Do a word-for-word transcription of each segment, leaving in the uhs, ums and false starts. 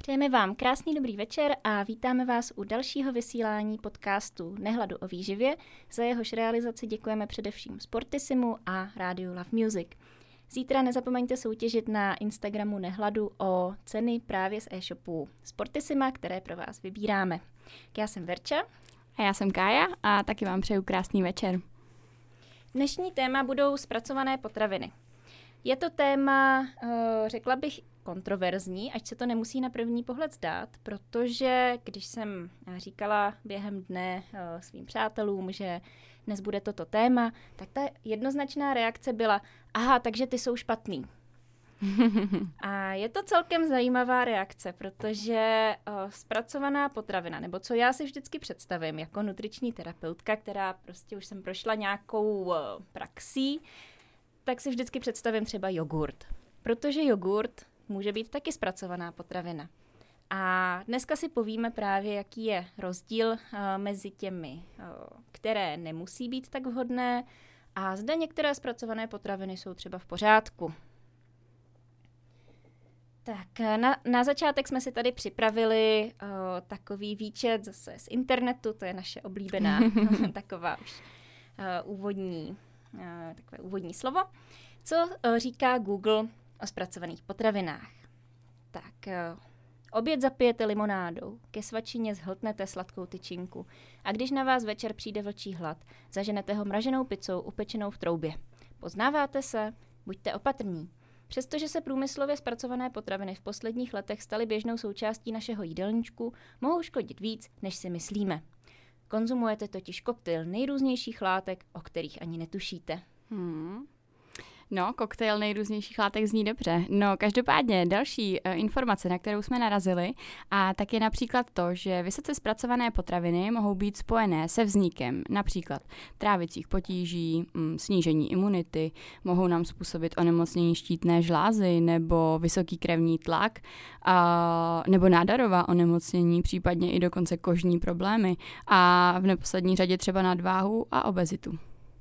Přejeme vám krásný dobrý večer a vítáme vás u dalšího vysílání podcastu Nehladu o výživě. Za jehož realizaci děkujeme především Sportissimu a rádiu Love Music. Zítra nezapomeňte soutěžit na Instagramu Nehladu o ceny právě z e-shopu Sportissima, které pro vás vybíráme. Já jsem Verča. A já jsem Kája a taky vám přeju krásný večer. Dnešní téma budou zpracované potraviny. Je to téma, řekla bych, kontroverzní, ať se to nemusí na první pohled zdát, protože když jsem říkala během dne svým přátelům, že dnes bude toto téma, tak ta jednoznačná reakce byla, aha, takže ty jsou špatný. A je to celkem zajímavá reakce, protože uh, zpracovaná potravina, nebo co já si vždycky představím jako nutriční terapeutka, která prostě už jsem prošla nějakou uh, praxí, tak si vždycky představím třeba jogurt. Protože jogurt může být taky zpracovaná potravina. A dneska si povíme právě, jaký je rozdíl uh, mezi těmi, uh, které nemusí být tak vhodné, a zda některé zpracované potraviny jsou třeba v pořádku. Tak na, na začátek jsme si tady připravili uh, takový výčet zase z internetu, to je naše oblíbená taková už uh, úvodní, uh, takové úvodní slovo. Co uh, říká Google o zpracovaných potravinách? Tak, uh, oběd zapijete limonádou, ke svačině zhltnete sladkou tyčinku a když na vás večer přijde vlčí hlad, zaženete ho mraženou pizzou upečenou v troubě. Poznáváte se? Buďte opatrní. Přestože se průmyslově zpracované potraviny v posledních letech staly běžnou součástí našeho jídelníčku, mohou škodit víc, než si myslíme. Konzumujete totiž koktejl nejrůznějších látek, o kterých ani netušíte. Hmm. No, koktejl nejrůznějších látek zní dobře. No, každopádně další uh, informace, na kterou jsme narazili, a tak je například to, že vysoce zpracované potraviny mohou být spojené se vznikem například trávicích potíží, mm, snížení imunity, mohou nám způsobit onemocnění štítné žlázy nebo vysoký krevní tlak, a, nebo nádorová onemocnění, případně i dokonce kožní problémy a v neposlední řadě třeba nadváhu a obezitu.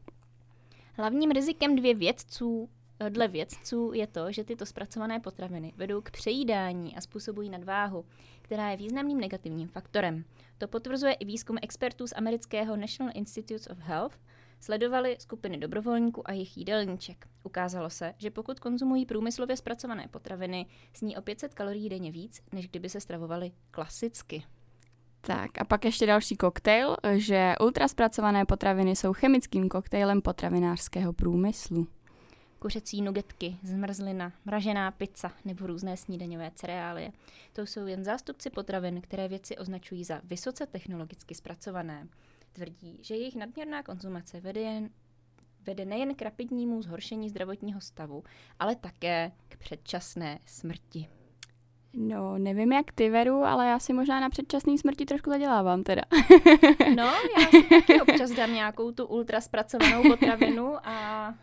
Hlavním rizikem dvě vědců, dle vědců je to, že tyto zpracované potraviny vedou k přejídání a způsobují nadváhu, která je významným negativním faktorem. To potvrzuje i výzkum expertů z amerického National Institutes of Health. Sledovali skupiny dobrovolníků a jejich jídelníček. Ukázalo se, že pokud konzumují průmyslově zpracované potraviny, sní o pět set kalorií denně víc, než kdyby se stravovali klasicky. Tak a pak ještě další koktejl, že ultraspracované potraviny jsou chemickým koktejlem potravinářského průmyslu. Kuřecí nugetky, zmrzlina, mražená pizza nebo různé snídaňové cereálie. To jsou jen zástupci potravin, které vědci označují za vysoce technologicky zpracované. Tvrdí, že jejich nadměrná konzumace vede, jen, vede nejen k rapidnímu zhoršení zdravotního stavu, ale také k předčasné smrti. No, nevím jak ty, Veru, ale já si možná na předčasný smrti trošku zadělávám teda. No, já si taky občas dám nějakou tu ultra zpracovanou potravinu a...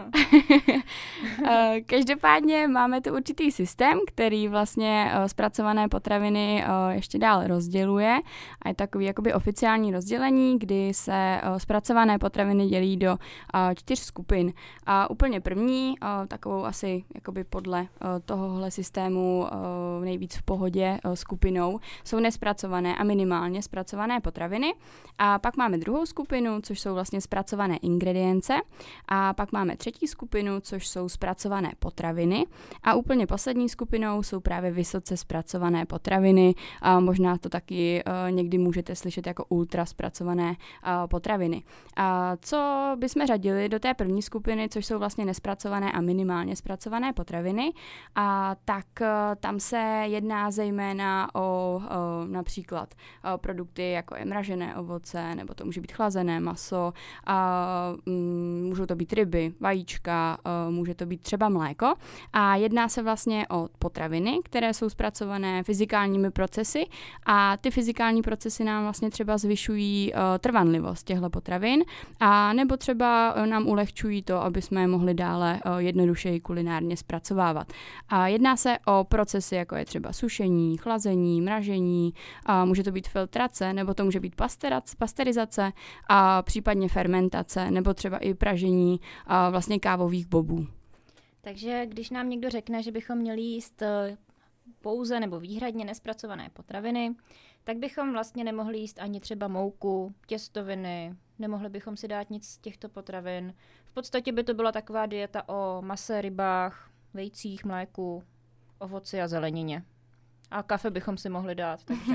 Každopádně máme tu určitý systém, který vlastně zpracované potraviny ještě dál rozděluje a je takový jakoby oficiální rozdělení, kdy se zpracované potraviny dělí do čtyř skupin. A úplně první, takovou asi jakoby podle tohohle systému nejvíc v pohodě skupinou, jsou nespracované a minimálně zpracované potraviny. A pak máme druhou skupinu, což jsou vlastně zpracované ingredience. A pak máme třetí skupinu, což jsou zpracované potraviny. A úplně poslední skupinou jsou právě vysoce zpracované potraviny. A možná to taky uh, někdy můžete slyšet jako ultra zpracované uh, potraviny. A co bychom řadili do té první skupiny, což jsou vlastně nespracované a minimálně zpracované potraviny, a tak uh, tam se jedná zejména o, o například o produkty, jako je mražené ovoce, nebo to může být chlazené maso, a mm, můžou to být ryby, vajíčka, a může to být třeba mléko. A jedná se vlastně o potraviny, které jsou zpracované fyzikálními procesy a ty fyzikální procesy nám vlastně třeba zvyšují uh, trvanlivost těchto potravin a nebo třeba uh, nám ulehčují to, aby jsme je mohli dále uh, jednodušeji kulinárně zpracovávat. A jedná se o procesy, jako je třeba sušení, chlazení, mražení, a může to být filtrace, nebo to může být pasterizace a případně fermentace, nebo třeba i pražení uh, vlastně kávových bobů. Takže když nám někdo řekne, že bychom měli jíst pouze nebo výhradně nespracované potraviny, tak bychom vlastně nemohli jíst ani třeba mouku, těstoviny, nemohli bychom si dát nic z těchto potravin. V podstatě by to byla taková dieta o mase, rybách, vejcích, mléku, ovoci a zelenině. A kafe bychom si mohli dát, takže...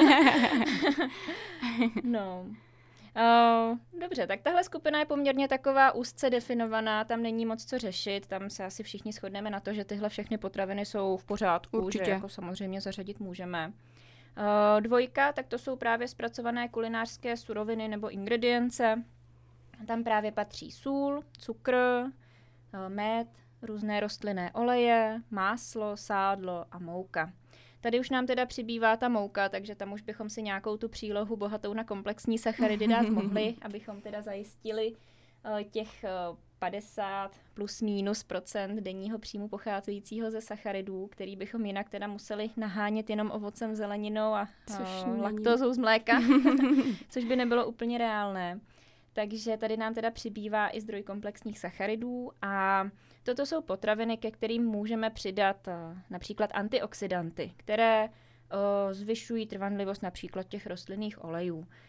no... Uh, dobře, tak tahle skupina je poměrně taková úzce definovaná, tam není moc co řešit, tam se asi všichni shodneme na to, že tyhle všechny potraviny jsou v pořádku, určitě. Že jako samozřejmě zařadit můžeme. Uh, dvojka, tak to jsou právě zpracované kulinářské suroviny nebo ingredience. Tam právě patří sůl, cukr, uh, med, různé rostlinné oleje, máslo, sádlo a mouka. Tady už nám teda přibývá ta mouka, takže tam už bychom si nějakou tu přílohu bohatou na komplexní sacharidy dát mohli, abychom teda zajistili uh, těch uh, padesát plus minus procent denního příjmu pocházejícího ze sacharidů, který bychom jinak teda museli nahánět jenom ovocem, zeleninou a uh, laktózou z mléka, což by nebylo úplně reálné. Takže tady nám teda přibývá i zdroj komplexních sacharidů a toto jsou potraviny, ke kterým můžeme přidat uh, například antioxidanty, které uh, zvyšují trvanlivost například těch rostlinných olejů. Uh,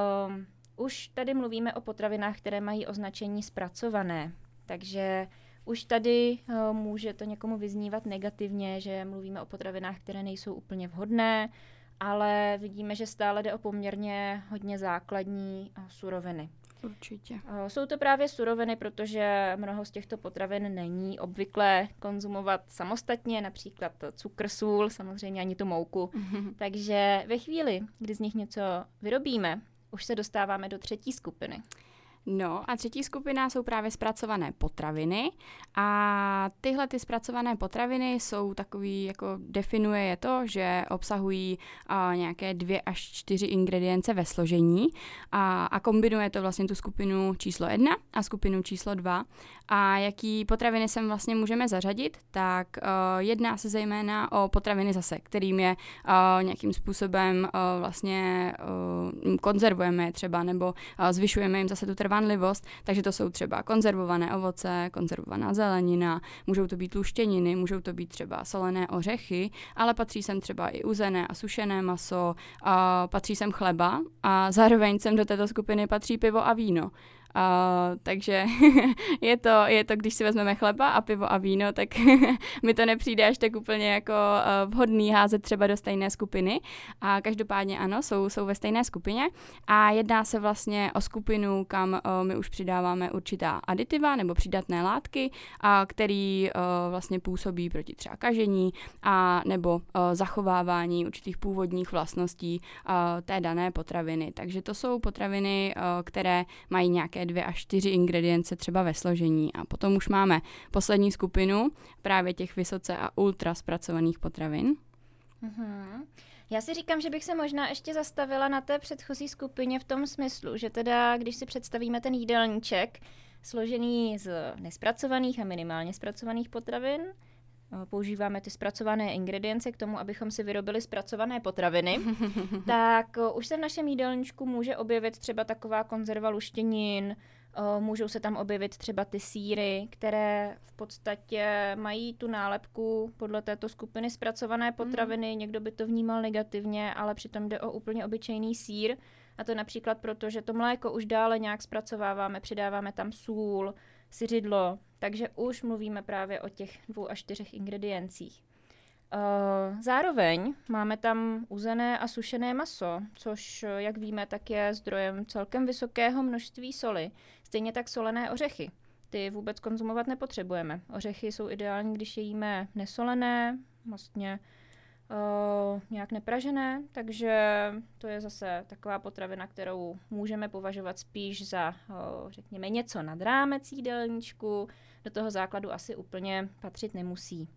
už tady mluvíme o potravinách, které mají označení zpracované, takže už tady uh, může to někomu vyznívat negativně, že mluvíme o potravinách, které nejsou úplně vhodné, ale vidíme, že stále jde o poměrně hodně základní uh, suroviny. Určitě. Jsou to právě suroviny, protože mnoho z těchto potravin není obvyklé konzumovat samostatně, například cukr, sůl, samozřejmě ani tu mouku. Mm-hmm. Takže ve chvíli, kdy z nich něco vyrobíme, už se dostáváme do třetí skupiny. No a třetí skupina jsou právě zpracované potraviny a tyhle ty zpracované potraviny jsou takový, jako definuje je to, že obsahují a, nějaké dvě až čtyři ingredience ve složení a, a kombinuje to vlastně tu skupinu číslo jedna a skupinu číslo dva. A jaký potraviny sem vlastně můžeme zařadit, tak uh, jedná se zejména o potraviny zase, kterým je uh, nějakým způsobem uh, vlastně uh, konzervujeme třeba nebo uh, zvyšujeme jim zase tu trvanlivost, takže to jsou třeba konzervované ovoce, konzervovaná zelenina, můžou to být luštěniny, můžou to být třeba solené ořechy, ale patří sem třeba i uzené a sušené maso, uh, patří sem chleba a zároveň sem do této skupiny patří pivo a víno. Uh, takže je to, je to, když si vezmeme chleba a pivo a víno, tak mi to nepřijde až tak úplně jako uh, vhodný házet třeba do stejné skupiny. A každopádně ano, jsou, jsou ve stejné skupině a jedná se vlastně o skupinu, kam uh, my už přidáváme určitá aditiva nebo přidatné látky, uh, který uh, vlastně působí proti třeba kažení a nebo uh, zachovávání určitých původních vlastností uh, té dané potraviny. Takže to jsou potraviny, uh, které mají nějaké dvě až čtyři ingredience třeba ve složení. A potom už máme poslední skupinu právě těch vysoce a ultra zpracovaných potravin. Mm-hmm. Já si říkám, že bych se možná ještě zastavila na té předchozí skupině v tom smyslu, že teda, když si představíme ten jídelníček složený z nespracovaných a minimálně zpracovaných potravin, používáme ty zpracované ingredience k tomu, abychom si vyrobili zpracované potraviny, tak už se v našem jídelníčku může objevit třeba taková konzerva luštěnin, můžou se tam objevit třeba ty sýry, které v podstatě mají tu nálepku podle této skupiny zpracované potraviny. Mm. Někdo by to vnímal negativně, ale přitom jde o úplně obyčejný sýr. A to například proto, že to mléko už dále nějak zpracováváme, přidáváme tam sůl, syřidlo, takže už mluvíme právě o těch dvou až čtyřech ingrediencích. Uh, zároveň máme tam uzené a sušené maso, což, jak víme, tak je zdrojem celkem vysokého množství soli. Stejně tak solené ořechy. Ty vůbec konzumovat nepotřebujeme. Ořechy jsou ideální, když je jíme nesolené, vlastně uh, nějak nepražené, takže to je zase taková potravina, kterou můžeme považovat spíš za, uh, řekněme, něco nad rámec jídelníčku. Do toho základu asi úplně patřit nemusí.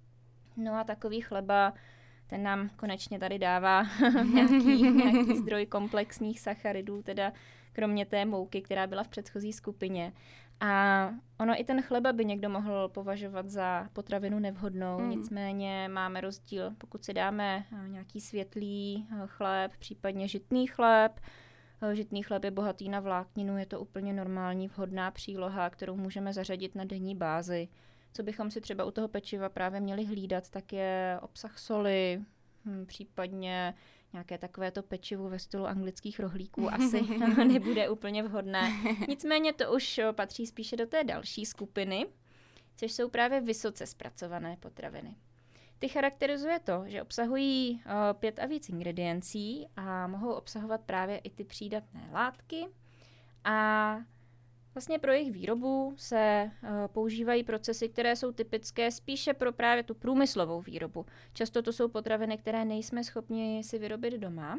No a takový chleba, ten nám konečně tady dává nějaký, nějaký zdroj komplexních sacharidů, teda kromě té mouky, která byla v předchozí skupině. A ono i ten chleba by někdo mohl považovat za potravinu nevhodnou, mm. nicméně máme rozdíl, pokud si dáme nějaký světlý chléb, případně žitný chléb. Žitný chléb je bohatý na vlákninu, je to úplně normální, vhodná příloha, kterou můžeme zařadit na denní bázi. Co bychom si třeba u toho pečiva právě měli hlídat, tak je obsah soli, hm, případně nějaké takovéto pečivo ve stylu anglických rohlíků asi nebude úplně vhodné. Nicméně to už patří spíše do té další skupiny, což jsou právě vysoce zpracované potraviny. Ty charakterizuje to, že obsahují uh, pět a víc ingrediencí a mohou obsahovat právě i ty přídatné látky a vlastně pro jejich výrobu se uh, používají procesy, které jsou typické spíše pro právě tu průmyslovou výrobu. Často to jsou potraviny, které nejsme schopni si vyrobit doma.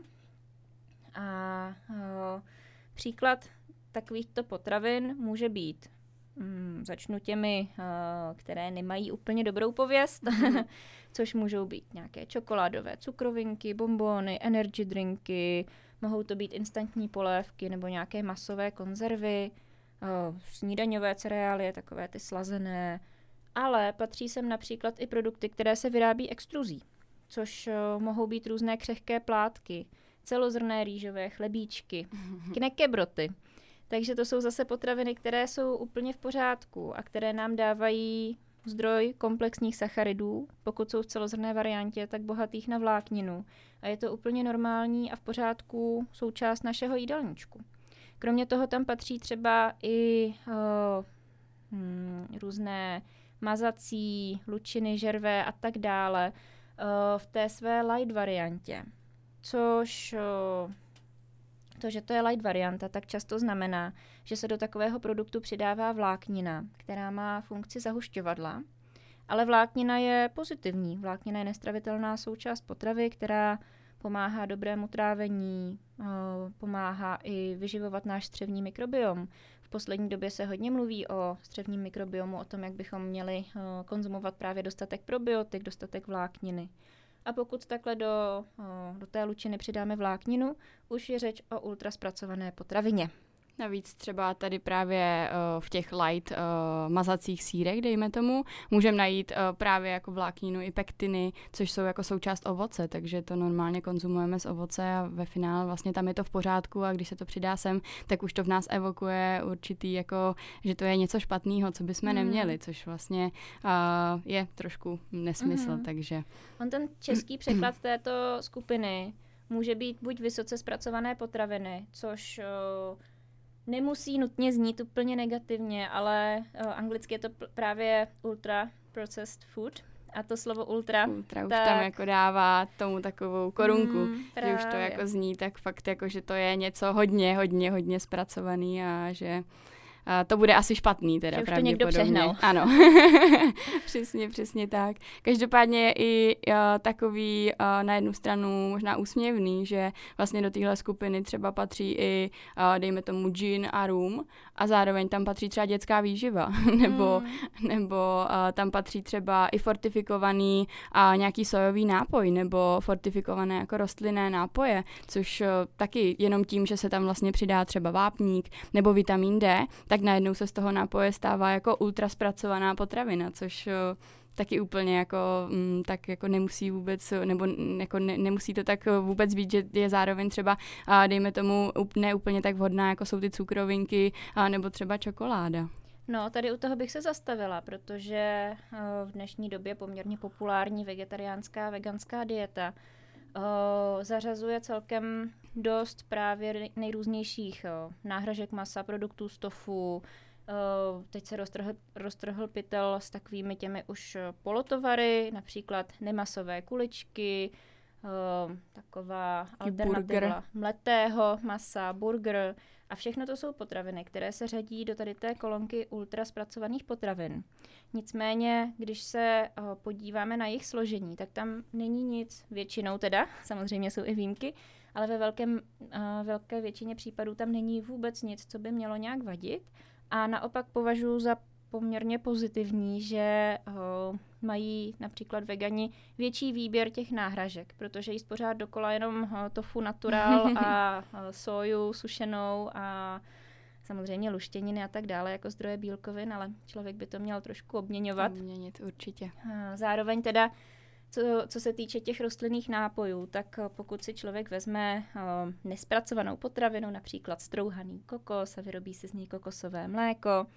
A uh, příklad takovýchto potravin může být, um, začnu těmi, uh, které nemají úplně dobrou pověst, což můžou být nějaké čokoládové cukrovinky, bonbony, energy drinky, mohou to být instantní polévky nebo nějaké masové konzervy, uh, snídaňové cereálie, takové ty slazené, ale patří sem například i produkty, které se vyrábí extruzí, což uh, mohou být různé křehké plátky, celozrnné rýžové chlebíčky, knekebroty. Takže to jsou zase potraviny, které jsou úplně v pořádku a které nám dávají zdroj komplexních sacharidů, pokud jsou v celozrnné variantě, tak bohatých na vlákninu. A je to úplně normální a v pořádku součást našeho jídelníčku. Kromě toho tam patří třeba i uh, hmm, různé mazací, lučiny, žervé a tak dále uh, v té své light variantě. Což uh, to, že to je light varianta, tak často znamená, že se do takového produktu přidává vláknina, která má funkci zahušťovadla, ale vláknina je pozitivní. Vláknina je nestravitelná součást potravy, která pomáhá dobrému trávení, pomáhá i vyživovat náš střevní mikrobiom. V poslední době se hodně mluví o střevním mikrobiomu, o tom, jak bychom měli konzumovat právě dostatek probiotik, dostatek vlákniny. A pokud takhle do, do té lučiny přidáme vlákninu, už je řeč o ultraspracované potravině. Navíc třeba tady právě uh, v těch light uh, mazacích sýrech, dejme tomu, můžeme najít uh, právě jako vlákninu i pektiny, což jsou jako součást ovoce, takže to normálně konzumujeme z ovoce a ve finále vlastně tam je to v pořádku a když se to přidá sem, tak už to v nás evokuje určitý jako, že to je něco špatného, co bychom mm. neměli, což vlastně uh, je trošku nesmysl, mm. takže. On ten český překlad této skupiny může být buď vysoce zpracované potraviny, což uh, nemusí nutně znít úplně negativně, ale uh, anglicky je to p- právě ultra processed food. A to slovo ultra, ultra tak už tam jako dává tomu takovou korunku, mm, že už to jako zní tak fakt jako, že to je něco hodně, hodně, hodně zpracovaný a že a to bude asi špatný teda že už pravděpodobně. To někdo přehnal. Ano, přesně, přesně tak. Každopádně je i uh, takový uh, na jednu stranu možná úsměvný, že vlastně do téhle skupiny třeba patří i, uh, dejme tomu, gin a rum a zároveň tam patří třeba dětská výživa, nebo, mm. nebo uh, tam patří třeba i fortifikovaný uh, nějaký sojový nápoj, nebo fortifikované jako rostlinné nápoje, což uh, taky jenom tím, že se tam vlastně přidá třeba vápník nebo vitamin D, tak najednou se z toho nápoje stává jako ultraspracovaná potravina, což uh, taky úplně jako, mm, tak jako nemusí vůbec, nebo jako ne, nemusí to tak vůbec být, že je zároveň třeba, uh, dejme tomu, ne úplně tak vhodná, jako jsou ty cukrovinky, uh, nebo třeba čokoláda. No, tady u toho bych se zastavila, protože uh, v dnešní době poměrně populární vegetariánská, veganská dieta uh, zařazuje celkem dost právě nejrůznějších uh, náhražek masa, produktů z tofu. Uh, teď se roztrhl, roztrhl pytel s takovými těmi už polotovary, například nemasové kuličky, uh, taková alternativa burger. Mletého masa, burger. A všechno to jsou potraviny, které se řadí do tady té kolonky ultraspracovaných potravin. Nicméně, když se uh, podíváme na jejich složení, tak tam není nic, většinou teda, samozřejmě jsou i výjimky, ale ve velkém, uh, velké většině případů tam není vůbec nic, co by mělo nějak vadit. A naopak považuji za poměrně pozitivní, že uh, mají například vegani větší výběr těch náhražek, protože jíst pořád dokola jenom uh, tofu natural a uh, soju sušenou a samozřejmě luštěniny a tak dále jako zdroje bílkovin, ale člověk by to měl trošku obměňovat. Obměnit určitě. Uh, zároveň teda Co, co se týče těch rostlinných nápojů, tak pokud si člověk vezme uh, nespracovanou potravinu, například strouhaný kokos a vyrobí si z něj kokosové mléko,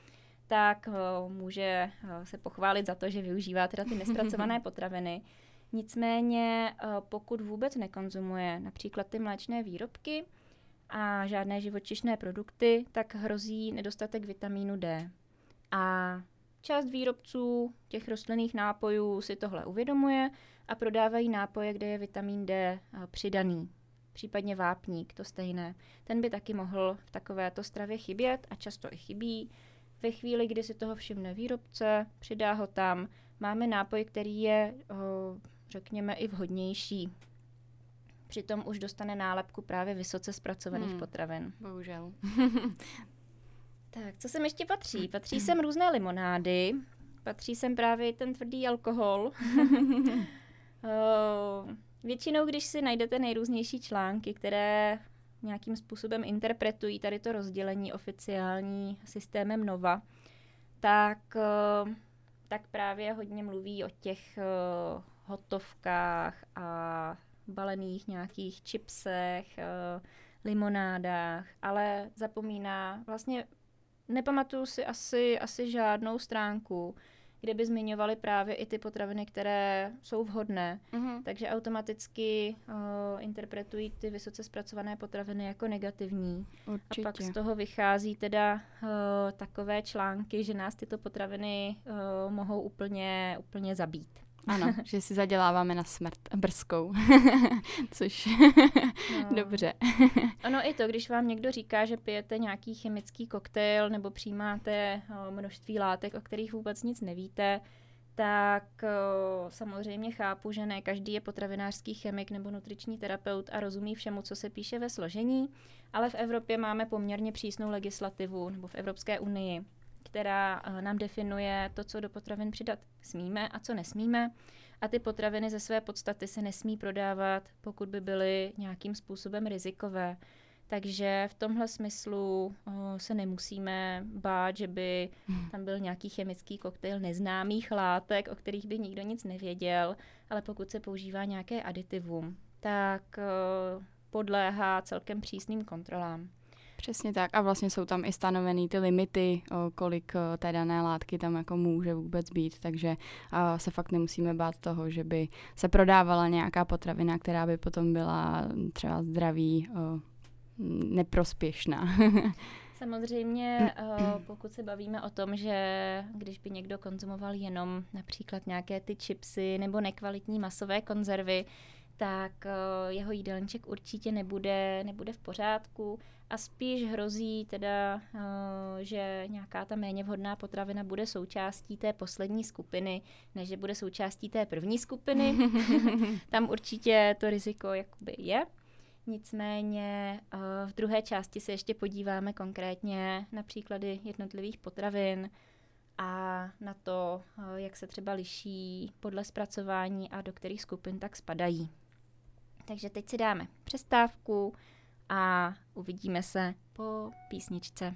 tak uh, může uh, se pochválit za to, že využívá teda ty nespracované potraviny. Nicméně, uh, pokud vůbec nekonzumuje například ty mléčné výrobky a žádné živočišné produkty, tak hrozí nedostatek vitamínu D. A část výrobců těch rostlinných nápojů si tohle uvědomuje a prodávají nápoje, kde je vitamin D uh, přidaný. Případně vápník, to stejné. Ten by taky mohl v takovéto stravě chybět a často i chybí. Ve chvíli, kdy si toho všimne výrobce, přidá ho tam, máme nápoj, který je, o, řekněme, i vhodnější. Přitom už dostane nálepku právě vysoce zpracovaných hmm. potravin. Bohužel. Tak, co sem ještě patří? Patří sem různé limonády, patří sem právě ten tvrdý alkohol. o, Většinou, když si najdete nejrůznější články, které nějakým způsobem interpretují tady to rozdělení oficiální systémem Nova, tak, tak právě hodně mluví o těch hotovkách a balených nějakých chipsech, limonádách, ale zapomíná, vlastně nepamatuju si asi, asi žádnou stránku, kde by zmiňovali právě i ty potraviny, které jsou vhodné. Mm-hmm. Takže automaticky uh, interpretují ty vysoce zpracované potraviny jako negativní. Určitě. A pak z toho vychází teda uh, takové články, že nás tyto potraviny uh, mohou úplně, úplně zabít. Ano, že si zaděláváme na smrt brzkou, což no. Dobře. Ono i to, když vám někdo říká, že pijete nějaký chemický koktejl nebo přijímáte o, množství látek, o kterých vůbec nic nevíte, tak o, samozřejmě chápu, že ne každý je potravinářský chemik nebo nutriční terapeut a rozumí všemu, co se píše ve složení, ale v Evropě máme poměrně přísnou legislativu, nebo v Evropské unii, která nám definuje to, co do potravin přidat smíme a co nesmíme. A ty potraviny ze své podstaty se nesmí prodávat, pokud by byly nějakým způsobem rizikové. Takže v tomhle smyslu o, se nemusíme bát, že by tam byl nějaký chemický koktejl neznámých látek, o kterých by nikdo nic nevěděl, ale pokud se používá nějaké aditivum, tak o, podléhá celkem přísným kontrolám. Přesně tak a vlastně jsou tam i stanovený ty limity, o, kolik o, té dané látky tam jako může vůbec být, takže o, se fakt nemusíme bát toho, že by se prodávala nějaká potravina, která by potom byla třeba zdraví o, neprospěšná. Samozřejmě, pokud se bavíme o tom, že když by někdo konzumoval jenom například nějaké ty chipsy nebo nekvalitní masové konzervy, tak jeho jídelníček určitě nebude, nebude v pořádku a spíš hrozí teda, že nějaká ta méně vhodná potravina bude součástí té poslední skupiny, než že bude součástí té první skupiny. Tam určitě to riziko jakoby je. Nicméně v druhé části se ještě podíváme konkrétně na příklady jednotlivých potravin a na to, jak se třeba liší podle zpracování a do kterých skupin tak spadají. Takže teď si dáme přestávku a uvidíme se po písničce.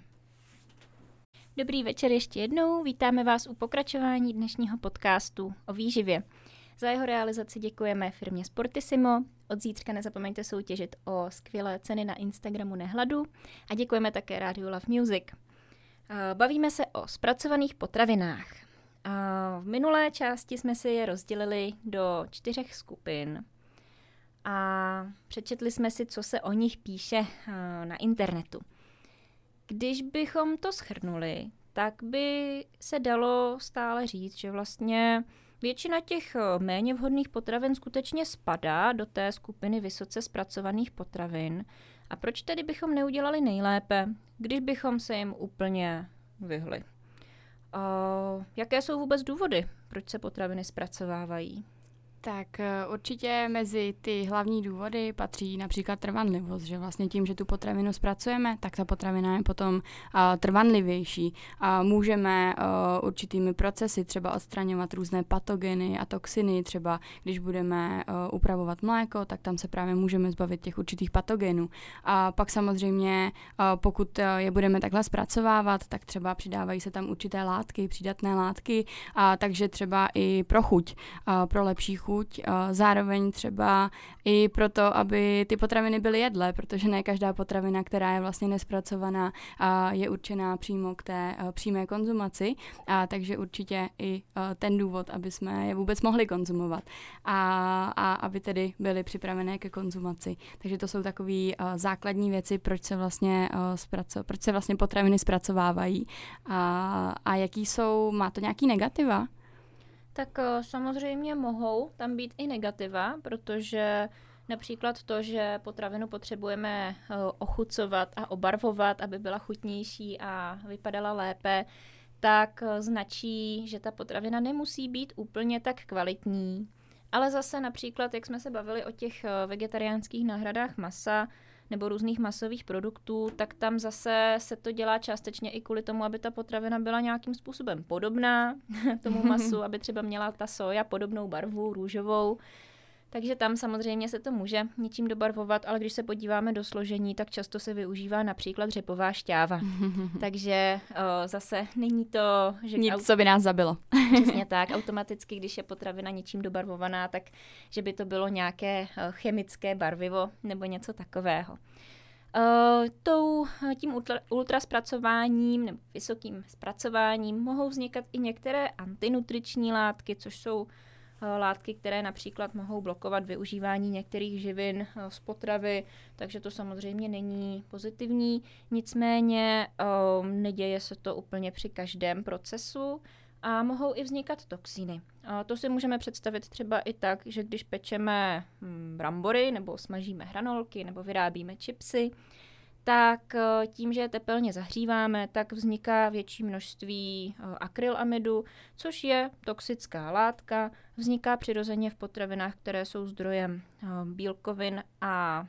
Dobrý večer ještě jednou, vítáme vás u pokračování dnešního podcastu o výživě. Za jeho realizaci děkujeme firmě Sportissimo, od zítřka nezapomeňte soutěžit o skvělé ceny na Instagramu Nehladu a děkujeme také rádiu Love Music. Bavíme se o zpracovaných potravinách. V minulé části jsme si je rozdělili do čtyřech skupin a přečetli jsme si, co se o nich píše na internetu. Když bychom to shrnuli, tak by se dalo stále říct, že vlastně většina těch méně vhodných potravin skutečně spadá do té skupiny vysoce zpracovaných potravin. A proč tedy bychom neudělali nejlépe, když bychom se jim úplně vyhli? Uh, jaké jsou vůbec důvody, proč se potraviny zpracovávají? Tak určitě mezi ty hlavní důvody patří například trvanlivost, že vlastně tím, že tu potravinu zpracujeme, tak ta potravina je potom uh, trvanlivější a můžeme uh, určitými procesy třeba odstraňovat různé patogeny a toxiny, třeba když budeme uh, upravovat mléko, tak tam se právě můžeme zbavit těch určitých patogenů. A pak samozřejmě, uh, pokud uh, je budeme takhle zpracovávat, tak třeba přidávají se tam určité látky, přídatné látky, a takže třeba i pro chuť, uh, pro lepší chuť chuť, zároveň třeba i proto, aby ty potraviny byly jedlé, protože ne každá potravina, která je vlastně nespracovaná, je určená přímo k té přímé konzumaci, a takže určitě i ten důvod, aby jsme je vůbec mohli konzumovat a, a aby tedy byly připravené ke konzumaci. Takže to jsou takové základní věci, proč se vlastně, zpraco- proč se vlastně potraviny zpracovávají a, a jaký jsou, má to nějaký negativa? Tak samozřejmě mohou tam být i negativa, protože například to, že potravinu potřebujeme ochucovat a obarvovat, aby byla chutnější a vypadala lépe, tak značí, že ta potravina nemusí být úplně tak kvalitní. Ale zase například, jak jsme se bavili o těch vegetariánských náhradách masa nebo různých masových produktů, tak tam zase se to dělá částečně i kvůli tomu, aby ta potravina byla nějakým způsobem podobná tomu masu, aby třeba měla ta soja podobnou barvu, růžovou. Takže tam samozřejmě se to může něčím dobarvovat, ale když se podíváme do složení, tak často se využívá například řepová šťáva. Takže o, zase není to... Že Nic, aut... co by nás zabilo. Přesně tak. Automaticky, když je potravina něčím dobarvovaná, tak že by to bylo nějaké o, chemické barvivo nebo něco takového. Uh, tou, tím ultra, ultraspracováním nebo vysokým zpracováním mohou vznikat i některé antinutriční látky, což jsou látky, které například mohou blokovat využívání některých živin z potravy, takže to samozřejmě není pozitivní. Nicméně um, neděje se to úplně při každém procesu a mohou i vznikat toxiny. A to si můžeme představit třeba i tak, že když pečeme hm, brambory nebo smažíme hranolky nebo vyrábíme chipsy, tak tím, že je tepelně zahříváme, tak vzniká větší množství akrylamidu, což je toxická látka, vzniká přirozeně v potravinách, které jsou zdrojem bílkovin a,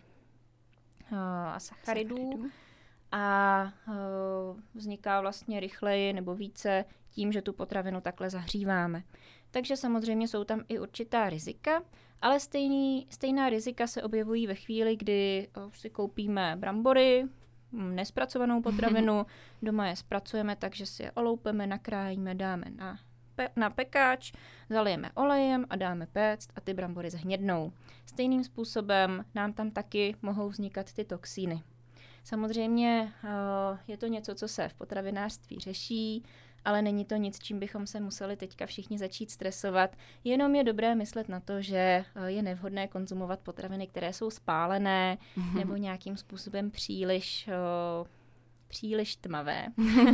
a sacharidů. sacharidů a vzniká vlastně rychleji nebo více tím, že tu potravinu takhle zahříváme. Takže samozřejmě jsou tam i určitá rizika, ale stejný, stejná rizika se objevují ve chvíli, kdy si koupíme brambory, nespracovanou potravinu, doma je zpracujeme, takže si je oloupeme, nakrájíme, dáme na, pe- na pekáč, zalijeme olejem a dáme péct a ty brambory zhnědnou. Stejným způsobem nám tam taky mohou vznikat ty toxíny. Samozřejmě je to něco, co se v potravinářství řeší, ale není to nic, čím bychom se museli teďka všichni začít stresovat. Jenom je dobré myslet na to, že je nevhodné konzumovat potraviny, které jsou spálené mm-hmm. nebo nějakým způsobem příliš, o, příliš tmavé.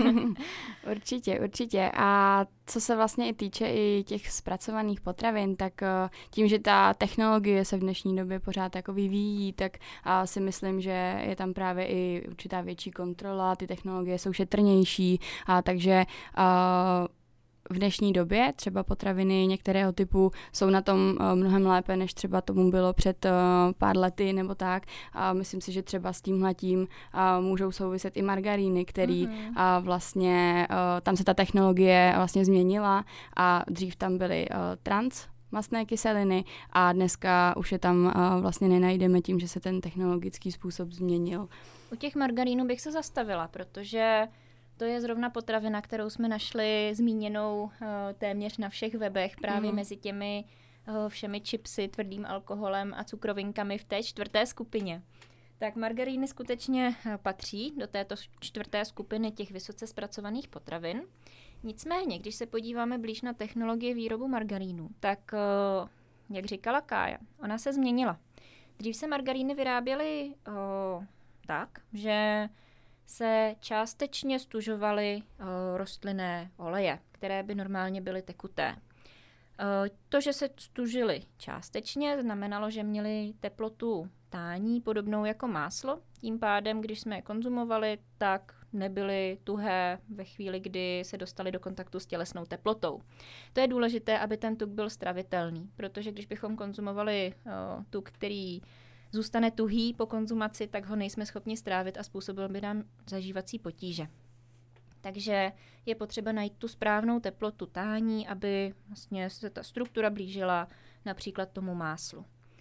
Určitě, určitě. A co se vlastně i týče i těch zpracovaných potravin, tak tím, že ta technologie se v dnešní době pořád jako vyvíjí, tak si myslím, že je tam právě i určitá větší kontrola, ty technologie jsou šetrnější, a takže a v dnešní době třeba potraviny některého typu jsou na tom mnohem lépe, než třeba tomu bylo před pár lety nebo tak. A myslím si, že třeba s tímhletím můžou souviset i margaríny, který mm-hmm. vlastně, tam se ta technologie vlastně změnila a dřív tam byly trans mastné kyseliny a dneska už je tam vlastně nenajdeme tím, že se ten technologický způsob změnil. U těch margarínů bych se zastavila, protože to je zrovna potravina, kterou jsme našli zmíněnou uh, téměř na všech webech, právě mm. mezi těmi uh, všemi chipsy, tvrdým alkoholem a cukrovinkami v té čtvrté skupině. Tak margaríny skutečně uh, patří do této čtvrté skupiny těch vysoce zpracovaných potravin. Nicméně, když se podíváme blíž na technologie výrobu margarínů, tak, uh, jak říkala Kája, ona se změnila. Dřív se margaríny vyráběly uh, tak, že se částečně stužovaly uh, rostlinné oleje, které by normálně byly tekuté. Uh, to, že se stužily částečně, znamenalo, že měly teplotu tání podobnou jako máslo. Tím pádem, když jsme je konzumovali, tak nebyly tuhé ve chvíli, kdy se dostali do kontaktu s tělesnou teplotou. To je důležité, aby ten tuk byl stravitelný, protože když bychom konzumovali uh, tuk, který zůstane tuhý po konzumaci, tak ho nejsme schopni strávit a způsobil by nám zažívací potíže. Takže je potřeba najít tu správnou teplotu tání, aby vlastně se ta struktura blížila například tomu máslu.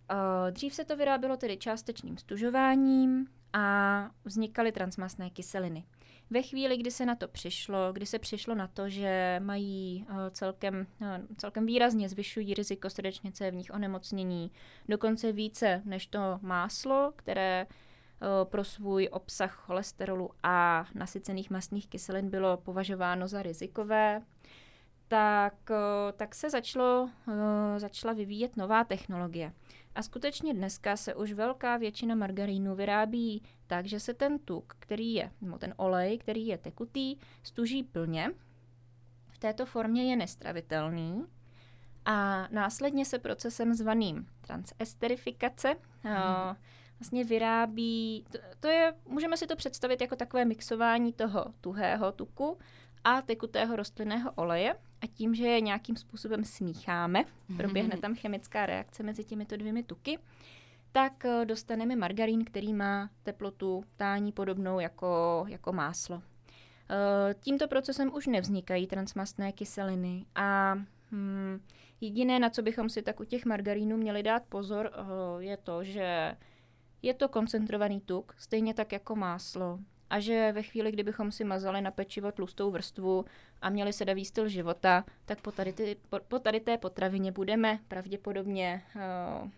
Dřív se to vyrábělo tedy částečným stužováním a vznikaly transmastné kyseliny. Ve chvíli, kdy se na to přišlo, kdy se přišlo na to, že mají celkem, celkem výrazně zvyšují riziko srdečně-cévních onemocnění, dokonce více než to máslo, které pro svůj obsah cholesterolu a nasycených mastných kyselin bylo považováno za rizikové, tak, tak se začalo, začala vyvíjet nová technologie. A skutečně dneska se už velká většina margarínu vyrábí tak, že se ten tuk, který je, nebo ten olej, který je tekutý, stuží plně. V této formě je nestravitelný a následně se procesem zvaným transesterifikace hmm. vlastně vyrábí, to, to je, můžeme si to představit jako takové mixování toho tuhého tuku a tekutého rostlinného oleje a tím, že je nějakým způsobem smícháme, proběhne tam chemická reakce mezi těmito dvěmi tuky, tak dostaneme margarín, který má teplotu tání podobnou jako, jako máslo. Tímto procesem už nevznikají transmastné kyseliny a hmm, jediné, na co bychom si tak u těch margarínů měli dát pozor, je to, že je to koncentrovaný tuk, stejně tak jako máslo. A že ve chvíli, kdybychom si mazali na pečivo tlustou vrstvu a měli sedavý styl života, tak po tady, ty, po, po tady té potravině budeme pravděpodobně... Uh,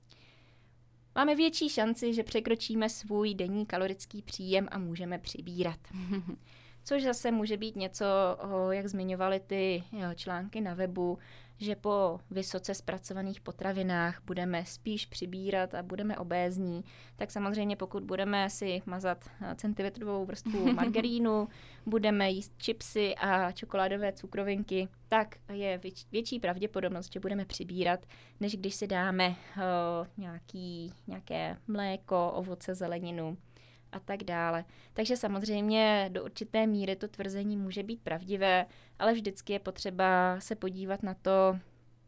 máme větší šanci, že překročíme svůj denní kalorický příjem a můžeme přibírat. Což zase může být něco, uh, jak zmiňovaly ty jo, články na webu, že po vysoce zpracovaných potravinách budeme spíš přibírat a budeme obézní, tak samozřejmě pokud budeme si mazat centimetrovou vrstvu margarínu, budeme jíst chipsy a čokoládové cukrovinky, tak je větší pravděpodobnost, že budeme přibírat, než když si dáme uh, nějaký, nějaké mléko, ovoce, zeleninu a tak dále. Takže samozřejmě do určité míry to tvrzení může být pravdivé, ale vždycky je potřeba se podívat na to,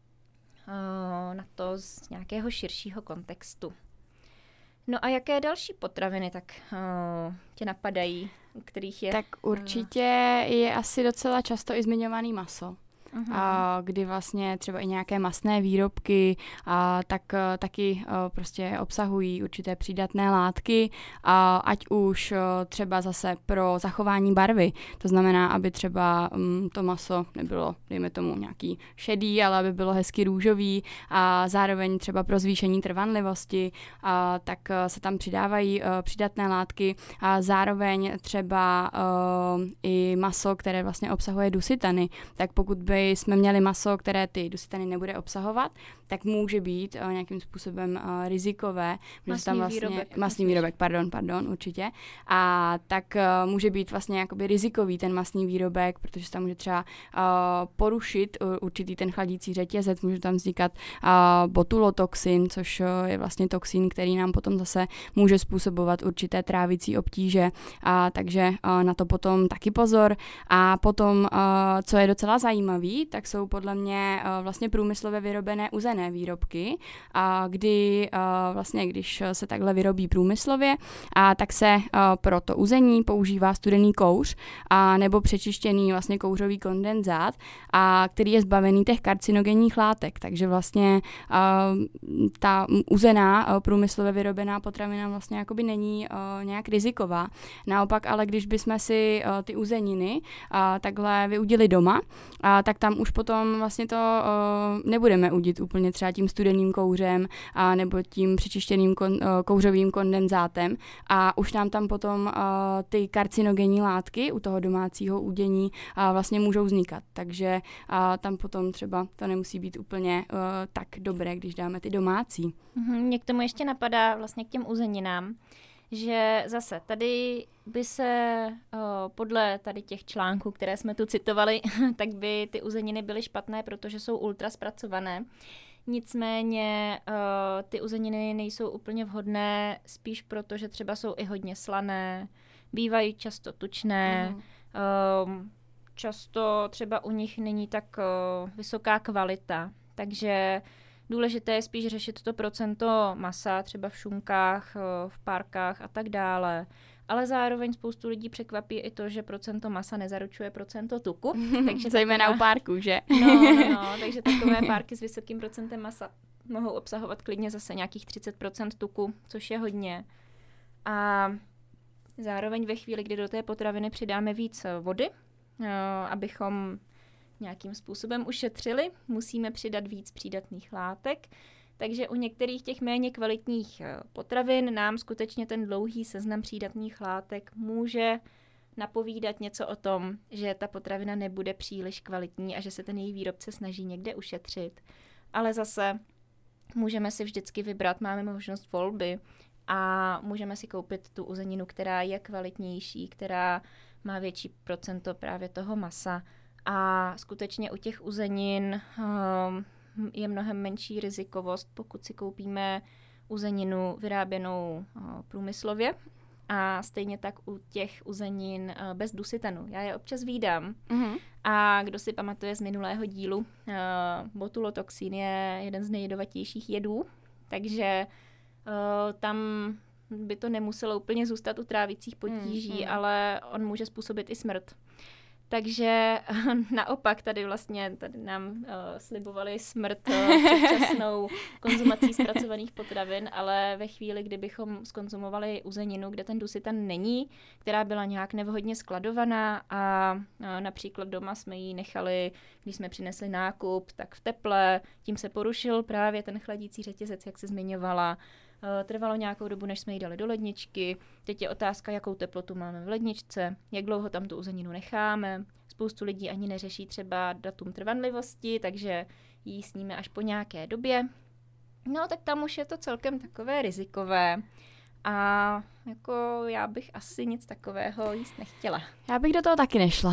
na to z nějakého širšího kontextu. No a jaké další potraviny tak tě napadají, u kterých je... Tak určitě je asi docela často i zmiňovaný maso. Uh-huh. A kdy vlastně třeba i nějaké mastné výrobky a tak taky prostě obsahují určité přídatné látky, a ať už třeba zase pro zachování barvy, to znamená, aby třeba to maso nebylo, dejme tomu, nějaký šedý, ale aby bylo hezky růžový, a zároveň třeba pro zvýšení trvanlivosti, a tak se tam přidávají přídatné látky, a zároveň třeba i maso, které vlastně obsahuje dusitany, tak pokud by jsme měli maso, které ty dusitany nebude obsahovat, tak může být uh, nějakým způsobem uh, rizikové. Masný tam vlastně, výrobek. Masný výrobek, pardon, pardon, určitě. A tak uh, může být vlastně jakoby rizikový ten masný výrobek, protože se tam může třeba uh, porušit uh, určitý ten chladící řetězec, může tam vznikat uh, botulotoxin, což uh, je vlastně toxin, který nám potom zase může způsobovat určité trávicí obtíže. A takže uh, na to potom taky pozor. A potom, uh, co je docela zajímavý, tak jsou podle mě uh, vlastně průmyslově vyrobené uzené výrobky, a kdy uh, vlastně, když se takhle vyrobí průmyslově, a tak se uh, pro to uzení používá studený kouř a nebo přečištěný vlastně kouřový kondenzát, a který je zbavený těch karcinogenních látek, takže vlastně uh, ta uzená uh, průmyslově vyrobená potravina vlastně jakoby není uh, nějak riziková. Naopak, ale když bychom si uh, ty uzeniny uh, takhle vyudili doma, uh, tak tam už potom vlastně to uh, nebudeme udit úplně třeba tím studeným kouřem a nebo tím přečištěným kon, uh, kouřovým kondenzátem, a už nám tam potom uh, ty karcinogenní látky u toho domácího udění uh, vlastně můžou vznikat. Takže uh, tam potom třeba to nemusí být úplně uh, tak dobré, když dáme ty domácí. Mm-hmm, mě k tomu ještě napadá vlastně k těm uzeninám, že zase tady by se o, podle tady těch článků, které jsme tu citovali, tak by ty uzeniny byly špatné, protože jsou ultra zpracované. Nicméně o, ty uzeniny nejsou úplně vhodné, spíš proto, že třeba jsou i hodně slané, bývají často tučné, mm. o, často třeba u nich není tak o, vysoká kvalita, takže důležité je spíš řešit to procento masa, třeba v šunkách, v párkách a tak dále. Ale zároveň spoustu lidí překvapí i to, že procento masa nezaručuje procento tuku. Takže zejména taková... u párků, že? No, no, no, takže takové párky s vysokým procentem masa mohou obsahovat klidně zase nějakých třicet procent tuku, což je hodně. A zároveň ve chvíli, kdy do té potraviny přidáme víc vody, abychom nějakým způsobem ušetřili, musíme přidat víc přídatných látek. Takže u některých těch méně kvalitních potravin nám skutečně ten dlouhý seznam přídatných látek může napovídat něco o tom, že ta potravina nebude příliš kvalitní a že se ten její výrobce snaží někde ušetřit. Ale zase můžeme si vždycky vybrat, máme možnost volby a můžeme si koupit tu uzeninu, která je kvalitnější, která má větší procento právě toho masa. A skutečně u těch uzenin um, je mnohem menší rizikovost, pokud si koupíme uzeninu vyráběnou uh, průmyslově. A stejně tak u těch uzenin uh, bez dusitanu. Já je občas vídám. Mm-hmm. A kdo si pamatuje z minulého dílu, uh, botulotoxin je jeden z nejjedovatějších jedů, takže uh, tam by to nemuselo úplně zůstat u trávicích potíží, mm-hmm. ale on může způsobit i smrt. Takže naopak tady vlastně tady nám uh, slibovali smrt uh, předčasnou konzumací zpracovaných potravin, ale ve chvíli, kdybychom skonzumovali uzeninu, kde ten dusitan není, která byla nějak nevhodně skladovaná a uh, například doma jsme ji nechali, když jsme přinesli nákup, tak v teple, tím se porušil právě ten chladící řetězec, jak se zmiňovala. Uh, trvalo nějakou dobu, než jsme ji dali do ledničky. Teď je otázka, jakou teplotu máme v ledničce, jak dlouho tam tu uzeninu necháme. Spoustu lidí ani neřeší třeba datum trvanlivosti, takže ji sníme až po nějaké době. No, tak tam už je to celkem takové rizikové. A jako já bych asi nic takového jíst nechtěla. Já bych do toho taky nešla.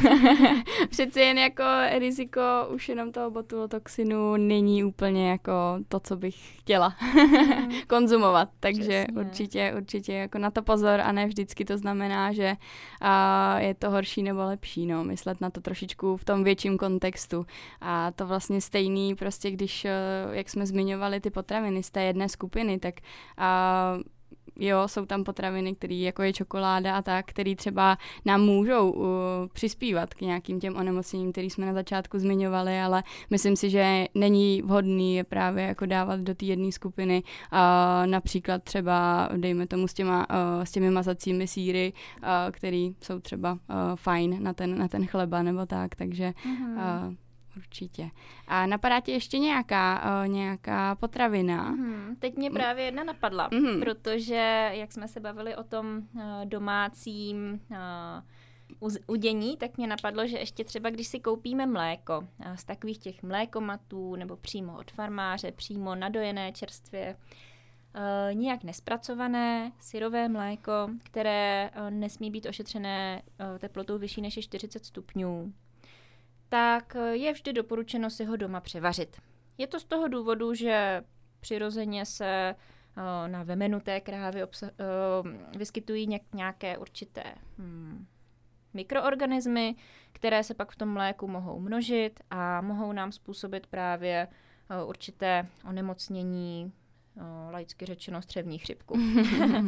Přeci jen jako riziko už jenom toho botulotoxinu není úplně jako to, co bych chtěla konzumovat. Takže Přesně. určitě, určitě jako na to pozor a ne vždycky to znamená, že a, je to horší nebo lepší. No. Myslet na to trošičku v tom větším kontextu. A to vlastně stejný, prostě když, jak jsme zmiňovali ty potraviny z té jedné skupiny, tak a, jo, jsou tam potraviny, které jako je čokoláda a tak, které třeba nám můžou uh, přispívat k nějakým těm onemocněním, které jsme na začátku zmiňovali, ale myslím si, že není vhodný je právě jako dávat do té jedné skupiny. Uh, například třeba, dejme tomu s, těma, uh, s těmi mazacími sýry, uh, které jsou třeba uh, fajn na ten, na ten chleba nebo tak, takže mm-hmm. uh, určitě. A napadá ti ještě nějaká, uh, nějaká potravina? Hmm, teď mě právě jedna napadla, mm. protože jak jsme se bavili o tom uh, domácím uh, udění, tak mě napadlo, že ještě třeba, když si koupíme mléko uh, z takových těch mlékomatů nebo přímo od farmáře, přímo nadojené čerstvě, uh, nijak nespracované, syrové mléko, které uh, nesmí být ošetřené uh, teplotou vyšší než je čtyřicet stupňů, tak je vždy doporučeno si ho doma převařit. Je to z toho důvodu, že přirozeně se uh, na vemenu té krávy obsa- uh, vyskytují něk- nějaké určité hmm, mikroorganismy, které se pak v tom mléku mohou množit a mohou nám způsobit právě uh, určité onemocnění, uh, laicky řečeno střevní chřipku. uh,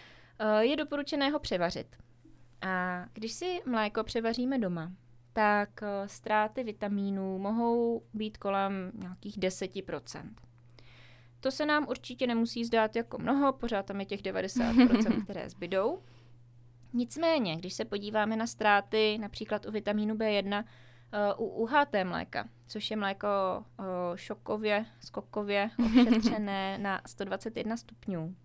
je doporučené ho převařit. A když si mléko převaříme doma, tak ztráty vitamínů mohou být kolem nějakých deset procent. To se nám určitě nemusí zdát jako mnoho, pořád tam je těch devadesát procent, které zbydou. Nicméně, když se podíváme na ztráty například u vitamínu bé jedna uh, u U H T mléka, což je mléko uh, šokově, skokově ošetřené na sto dvacet jedna stupňů. Uh,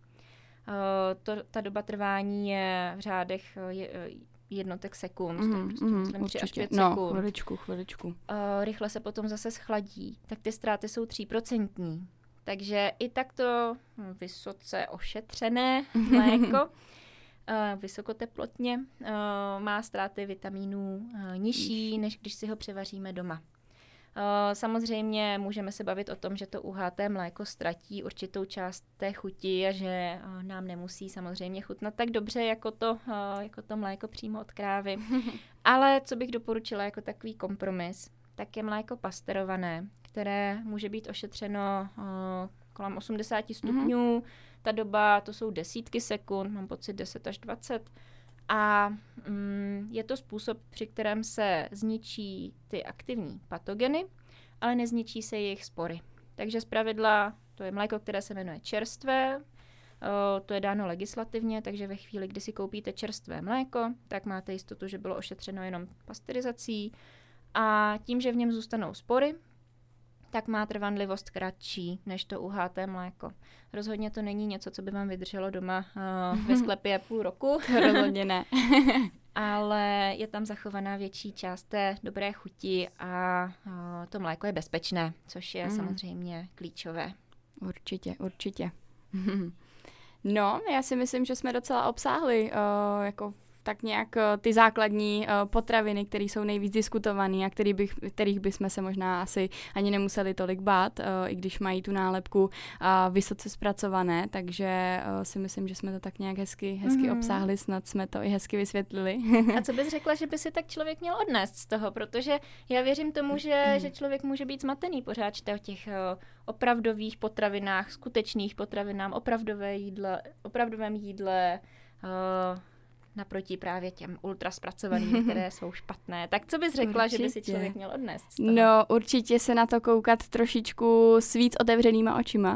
to, ta doba trvání je v řádech je, jednotek sekund, mm, prostě mm, myslím tři až pět no, sekund. chviličku, chviličku. Uh, rychle se potom zase schladí, tak ty ztráty jsou tři procenta. Takže i takto vysoce ošetřené mléko, uh, vysokoteplotně, uh, má ztráty vitamínů uh, nižší, než když si ho převaříme doma. Uh, samozřejmě můžeme se bavit o tom, že to U H T mléko ztratí určitou část té chuti a že uh, nám nemusí samozřejmě chutnat tak dobře jako to, uh, jako to mléko přímo od krávy. Ale co bych doporučila jako takový kompromis, tak je mléko pasteurované, které může být ošetřeno uh, kolem osmdesát stupňů. Mm-hmm. Ta doba, to jsou desítky sekund, mám pocit deset až dvacet. A mm, je to způsob, při kterém se zničí ty aktivní patogeny, ale nezničí se jejich spory. Takže zpravidla to je mléko, které se jmenuje čerstvé, uh, to je dáno legislativně, takže ve chvíli, kdy si koupíte čerstvé mléko, tak máte jistotu, že bylo ošetřeno jenom pasteurizací a tím, že v něm zůstanou spory, tak má trvanlivost kratší než to uháté mléko. Rozhodně to není něco, co by vám vydrželo doma uh, ve sklepě půl roku. Rozhodně ne. Ale je tam zachovaná větší část té dobré chuti a uh, to mléko je bezpečné, což je mm. samozřejmě klíčové. Určitě, určitě. No, já si myslím, že jsme docela obsáhli uh, jako tak nějak ty základní uh, potraviny, které jsou nejvíc diskutované a který bych, kterých bychom se možná asi ani nemuseli tolik bát, uh, i když mají tu nálepku uh, vysoce zpracované, takže uh, si myslím, že jsme to tak nějak hezky, hezky mm-hmm. obsáhli, snad jsme to i hezky vysvětlili. A co bys řekla, že by si tak člověk měl odnést z toho, protože já věřím tomu, že, že člověk může být zmatený, pořád čte o těch uh, opravdových potravinách, skutečných potravinách, opravdové jídle, opravdovém jídle, uh, naproti právě těm ultra zpracovaným, které jsou špatné. Tak co bys řekla, určitě. Že by si člověk měl odnést z toho? No, určitě se na to koukat trošičku s víc otevřenýma očima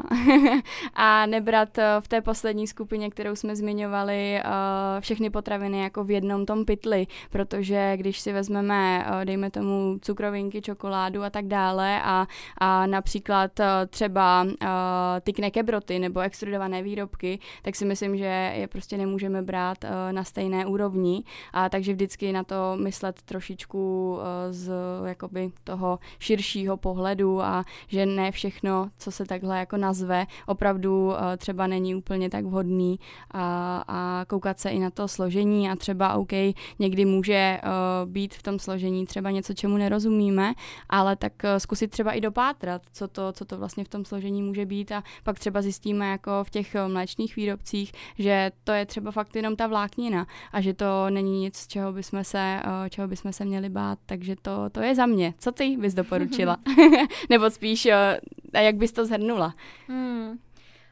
a nebrat v té poslední skupině, kterou jsme zmiňovali, všechny potraviny jako v jednom tom pytli, protože když si vezmeme, dejme tomu cukrovinky, čokoládu a tak dále a, a například třeba ty knekebroty nebo extrudované výrobky, tak si myslím, že je prostě nemůžeme brát na stejné stejné úrovni, a takže vždycky na to myslet trošičku z jakoby toho širšího pohledu a že ne všechno, co se takhle jako nazve, opravdu třeba není úplně tak vhodný a, a koukat se i na to složení a třeba OK, někdy může uh, být v tom složení třeba něco, čemu nerozumíme, ale tak uh, zkusit třeba i dopátrat, co to, co to vlastně v tom složení může být a pak třeba zjistíme jako v těch mléčných výrobcích, že to je třeba fakt jenom ta vláknina a že to není nic, z čeho bychom se, čeho bychom se měli bát, takže to, to je za mě. Co ty bys doporučila? Nebo spíš, a jak bys to shrnula? Hmm. Uh,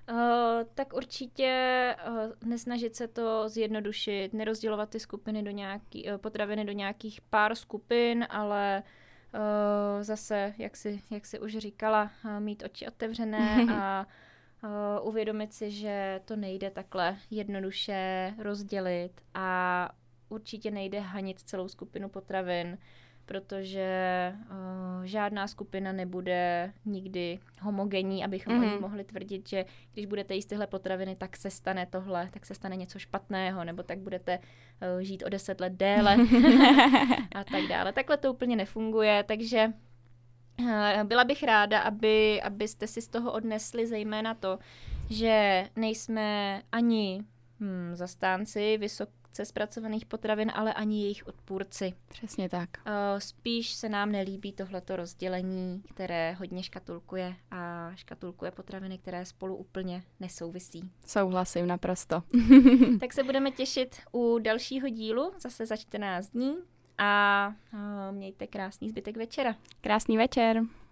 tak určitě uh, nesnažit se to zjednodušit, nerozdělovat ty skupiny do nějaký, uh, potraviny do nějakých pár skupin, ale uh, zase, jak jsi, jak jsi už říkala, uh, mít oči otevřené a Uh, uvědomit si, že to nejde takhle jednoduše rozdělit a určitě nejde hanit celou skupinu potravin, protože uh, žádná skupina nebude nikdy homogenní, abychom mm-hmm. o ní mohli tvrdit, že když budete jíst tyhle potraviny, tak se stane tohle, tak se stane něco špatného, nebo tak budete uh, žít o deset let déle a tak dále. Takhle to úplně nefunguje, takže byla bych ráda, aby, abyste si z toho odnesli zejména to, že nejsme ani hm, zastánci vysoce zpracovaných potravin, ale ani jejich odpůrci. Přesně tak. Spíš se nám nelíbí tohleto rozdělení, které hodně škatulkuje a škatulkuje potraviny, které spolu úplně nesouvisí. Souhlasím naprosto. Tak se budeme těšit u dalšího dílu, zase za čtrnáct dní. A mějte krásný zbytek večera. Krásný večer.